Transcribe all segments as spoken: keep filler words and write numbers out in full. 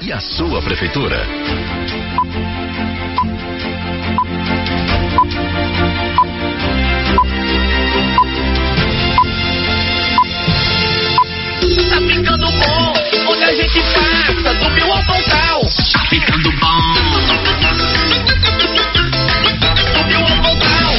e a sua prefeitura. Tá ficando bom, onde a gente passa, do mil ao pontal. Tá ficando bom. Do mil ao pontal.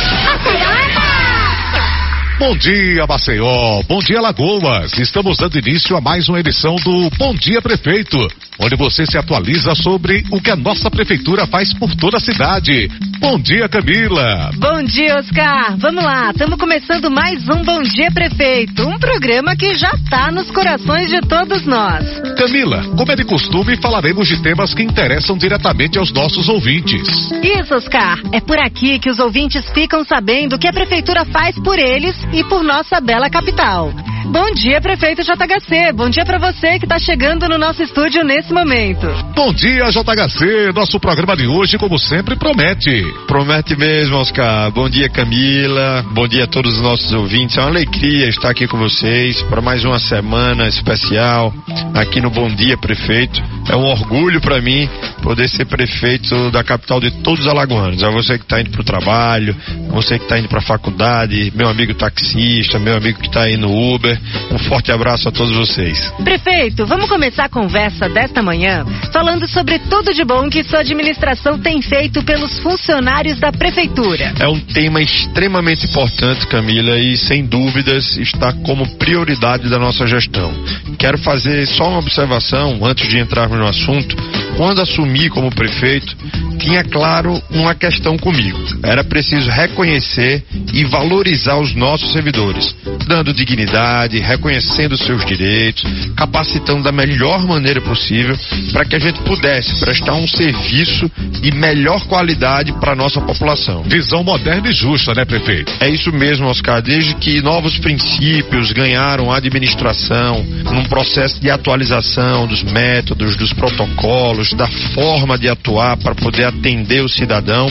Bom dia, Maceió. Bom dia, Lagoas. Estamos dando início a mais uma edição do Bom Dia Prefeito, onde você se atualiza sobre o que a nossa prefeitura faz por toda a cidade. Bom dia, Camila. Bom dia, Oscar. Vamos lá, estamos começando mais um Bom Dia Prefeito, um programa que já está nos corações de todos nós. Camila, como é de costume, falaremos de temas que interessam diretamente aos nossos ouvintes. Isso, Oscar. É por aqui que os ouvintes ficam sabendo o que a prefeitura faz por eles e por nossa bela capital. Bom dia, prefeito J H C. Bom dia para você que está chegando no nosso estúdio nesse momento. Bom dia, J H C. Nosso programa de hoje, como sempre, promete. Promete mesmo, Oscar. Bom dia, Camila. Bom dia a todos os nossos ouvintes. É uma alegria estar aqui com vocês para mais uma semana especial aqui no Bom Dia Prefeito. É um orgulho para mim poder ser prefeito da capital de todos os alagoanos. É você que está indo para o trabalho, você que está indo para a faculdade, meu amigo taxista, meu amigo que está aí no Uber. Um forte abraço a todos vocês. Prefeito, vamos começar a conversa desta manhã falando sobre tudo de bom que sua administração tem feito pelos funcionários da prefeitura. É um tema extremamente importante, Camila, e sem dúvidas está como prioridade da nossa gestão. Quero fazer só uma observação antes de entrarmos no assunto. Quando assumi como prefeito, tinha claro uma questão comigo. Era preciso reconhecer e valorizar os nossos servidores, dando dignidade, reconhecendo seus direitos, capacitando da melhor maneira possível para que a gente pudesse prestar um serviço de melhor qualidade para a nossa população. Visão moderna e justa, né, prefeito? É isso mesmo, Oscar. Desde que novos princípios ganharam a administração num processo de atualização dos métodos, dos protocolos, da forma de atuar para poder atender o cidadão,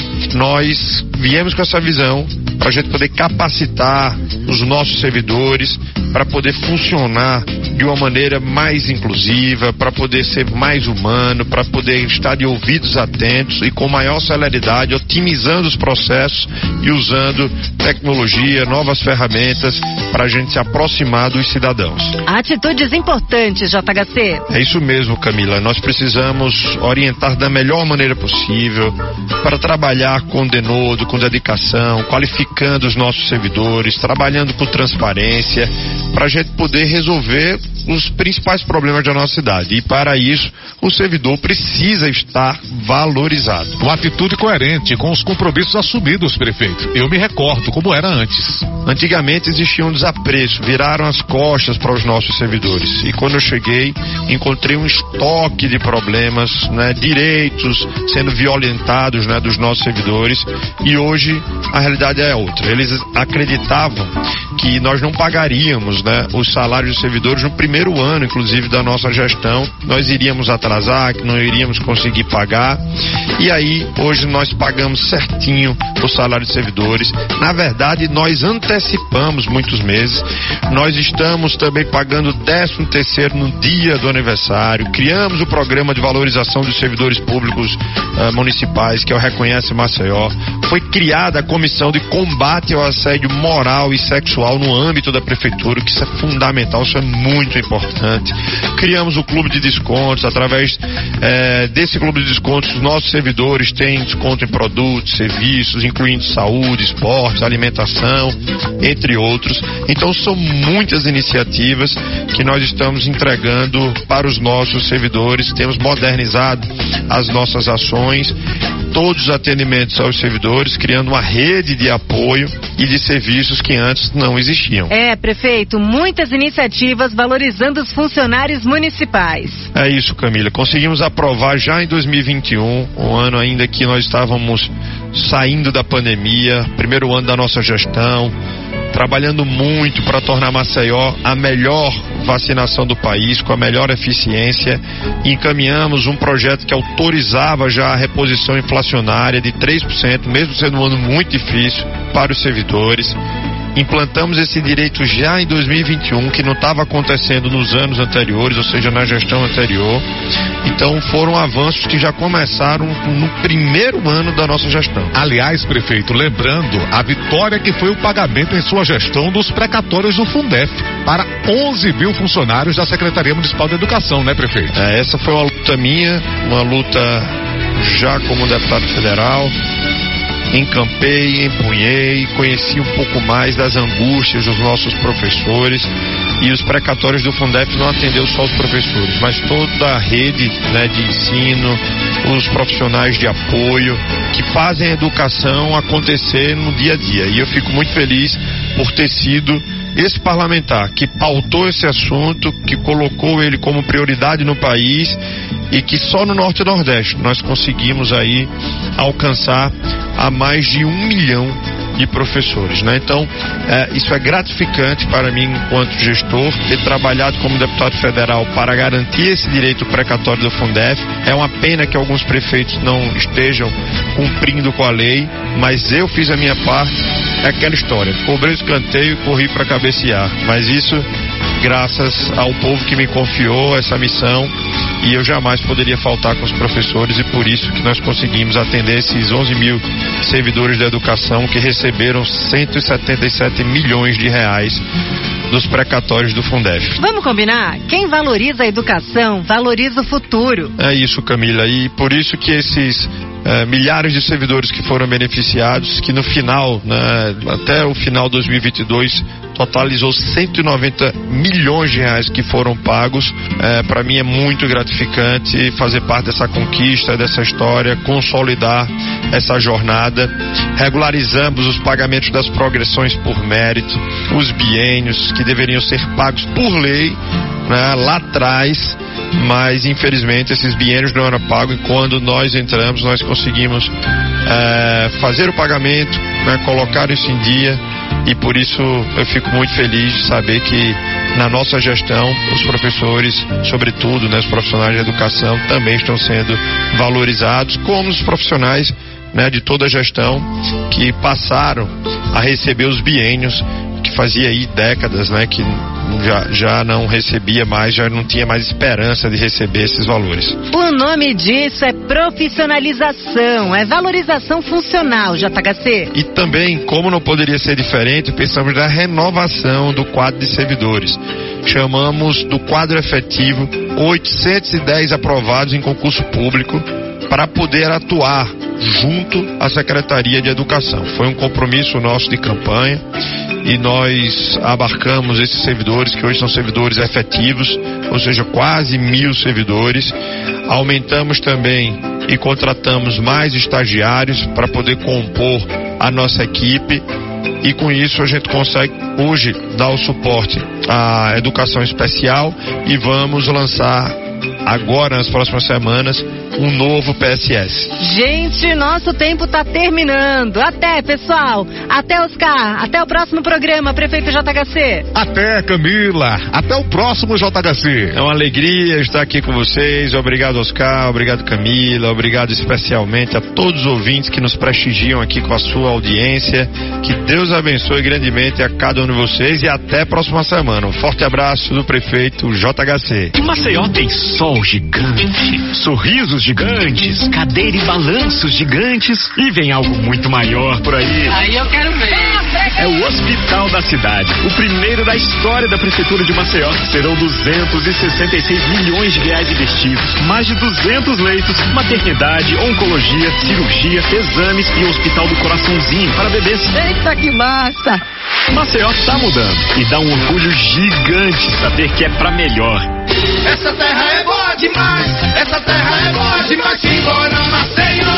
nós viemos com essa visão para a gente poder capacitar os nossos servidores para poder funcionar de uma maneira mais inclusiva, para poder ser mais humano, para poder estar de ouvidos atentos e com maior celeridade, otimizando os processos e usando tecnologia, novas ferramentas para a gente se aproximar dos cidadãos. Atitudes importantes, J H C. É isso mesmo, Camila. Nós precisamos orientar da melhor maneira possível para trabalhar com denodo, com dedicação, qualificando os nossos servidores, trabalhando com transparência, para a gente poder resolver os principais problemas da nossa cidade. E para isso, o servidor precisa estar valorizado. Uma atitude coerente com os compromissos assumidos, prefeito. Eu me recordo como era antes. Antigamente existia um desapreço, viraram as costas para os nossos servidores. E quando eu cheguei, encontrei um estoque de problemas, né, direitos sendo violentados, né, dos nossos servidores. E hoje a realidade é outra. Eles acreditavam que nós não pagaríamos, né, os salários dos servidores no primeiro ano, inclusive, da nossa gestão. Nós iríamos atrasar, que não iríamos conseguir pagar. E aí, hoje nós pagamos certinho o salário dos servidores. Na verdade, nós antecipamos muitos meses. Nós estamos também pagando décimo terceiro no dia do aniversário. Criamos o programa de valorização dos servidores públicos uh, municipais, que é o Reconhece Maceió. Foi criada a comissão de combate ao assédio moral e sexual no âmbito da prefeitura, que isso é fundamental, isso é muito importante. Criamos o clube de descontos. Através eh, desse clube de descontos, os nossos servidores têm desconto em produtos, serviços, incluindo saúde, esportes, alimentação, entre outros. Então são muitas iniciativas que nós estamos entregando para os nossos servidores. Temos modernizado as nossas ações, todos os atendimentos aos servidores, criando uma rede de apoio e de serviços que antes não existiam. É, prefeito, muitas iniciativas valorizando os funcionários municipais. É isso, Camila. Conseguimos aprovar já em dois mil e vinte e um, um ano ainda que nós estávamos saindo da pandemia, primeiro ano da nossa gestão, trabalhando muito para tornar Maceió a melhor vacinação do país, com a melhor eficiência. Encaminhamos um projeto que autorizava já a reposição inflacionária de três por cento, mesmo sendo um ano muito difícil para os servidores. implantamos esse direito já em dois mil e vinte e um, que não estava acontecendo nos anos anteriores, ou seja, na gestão anterior. Então foram avanços que já começaram no primeiro ano da nossa gestão. Aliás, prefeito, lembrando a vitória que foi o pagamento em sua gestão dos precatórios do Fundef para onze mil funcionários da Secretaria Municipal de Educação, né, prefeito? É, essa foi uma luta minha, uma luta já como deputado federal. Encampei, empunhei, conheci um pouco mais das angústias dos nossos professores, e os precatórios do Fundef não atendeu só os professores, mas toda a rede, né, de ensino, os profissionais de apoio que fazem a educação acontecer no dia a dia. E eu fico muito feliz por ter sido esse parlamentar que pautou esse assunto, que colocou ele como prioridade no país, e que só no Norte e Nordeste nós conseguimos aí alcançar a mais de um milhão de professores, né? Então, é, isso é gratificante para mim enquanto gestor, ter trabalhado como deputado federal para garantir esse direito precatório do Fundef. É uma pena que alguns prefeitos não estejam cumprindo com a lei, mas eu fiz a minha parte. É aquela história, cobrei o escanteio e corri para cabecear, mas isso graças ao povo que me confiou essa missão, e eu jamais poderia faltar com os professores, e por isso que nós conseguimos atender esses onze mil servidores da educação que receberam cento e setenta e sete milhões de reais dos precatórios do Fundef. Vamos combinar? Quem valoriza a educação, valoriza o futuro. É isso, Camila, e por isso que esses é, milhares de servidores que foram beneficiados, que no final, né, até o final de dois mil e vinte e dois, totalizou cento e noventa milhões de reais que foram pagos. É, para mim é muito gratificante fazer parte dessa conquista, dessa história, consolidar essa jornada. Regularizamos os pagamentos das progressões por mérito, os biênios que deveriam ser pagos por lei, né, lá atrás, mas infelizmente esses biênios não eram pagos, e quando nós entramos nós conseguimos é, fazer o pagamento, né, colocar isso em dia, e por isso eu fico muito feliz de saber que na nossa gestão os professores, sobretudo, né, os profissionais de educação, também estão sendo valorizados, como os profissionais, né, de toda a gestão que passaram a receber os biênios, que fazia aí décadas, né, que já, já não recebia mais, já não tinha mais esperança de receber esses valores. O nome disso é profissionalização, é valorização funcional, J H C. E também, como não poderia ser diferente, pensamos na renovação do quadro de servidores. Chamamos do quadro efetivo oitocentos e dez aprovados em concurso público para poder atuar junto à Secretaria de Educação. Foi um compromisso nosso de campanha, e nós abarcamos esses servidores, que hoje são servidores efetivos, ou seja, quase mil servidores. Aumentamos também e contratamos mais estagiários para poder compor a nossa equipe, e com isso a gente consegue hoje dar o suporte à educação especial, e vamos lançar agora, nas próximas semanas, um novo P S S. Gente, nosso tempo está terminando. Até, pessoal. Até, Oscar. Até o próximo programa, prefeito J H C. Até, Camila. Até o próximo J H C. É uma alegria estar aqui com vocês. Obrigado, Oscar. Obrigado, Camila. Obrigado especialmente a todos os ouvintes que nos prestigiam aqui com a sua audiência. Que Deus abençoe grandemente a cada um de vocês, e até a próxima semana. Um forte abraço do prefeito J H C. Maceió tem sol gigante, sorrisos gigantes, cadeira e balanços gigantes, e vem algo muito maior por aí. Aí eu quero ver. É o Hospital da Cidade, o primeiro da história da Prefeitura de Maceió. Serão duzentos e sessenta e seis milhões de reais investidos, mais de duzentos leitos, maternidade, oncologia, cirurgia, exames e hospital do coraçãozinho para bebês. Eita, que massa! Maceió tá mudando, e dá um orgulho gigante saber que é pra melhor. Essa terra é boa demais, essa terra é boa demais, simbora Maceió.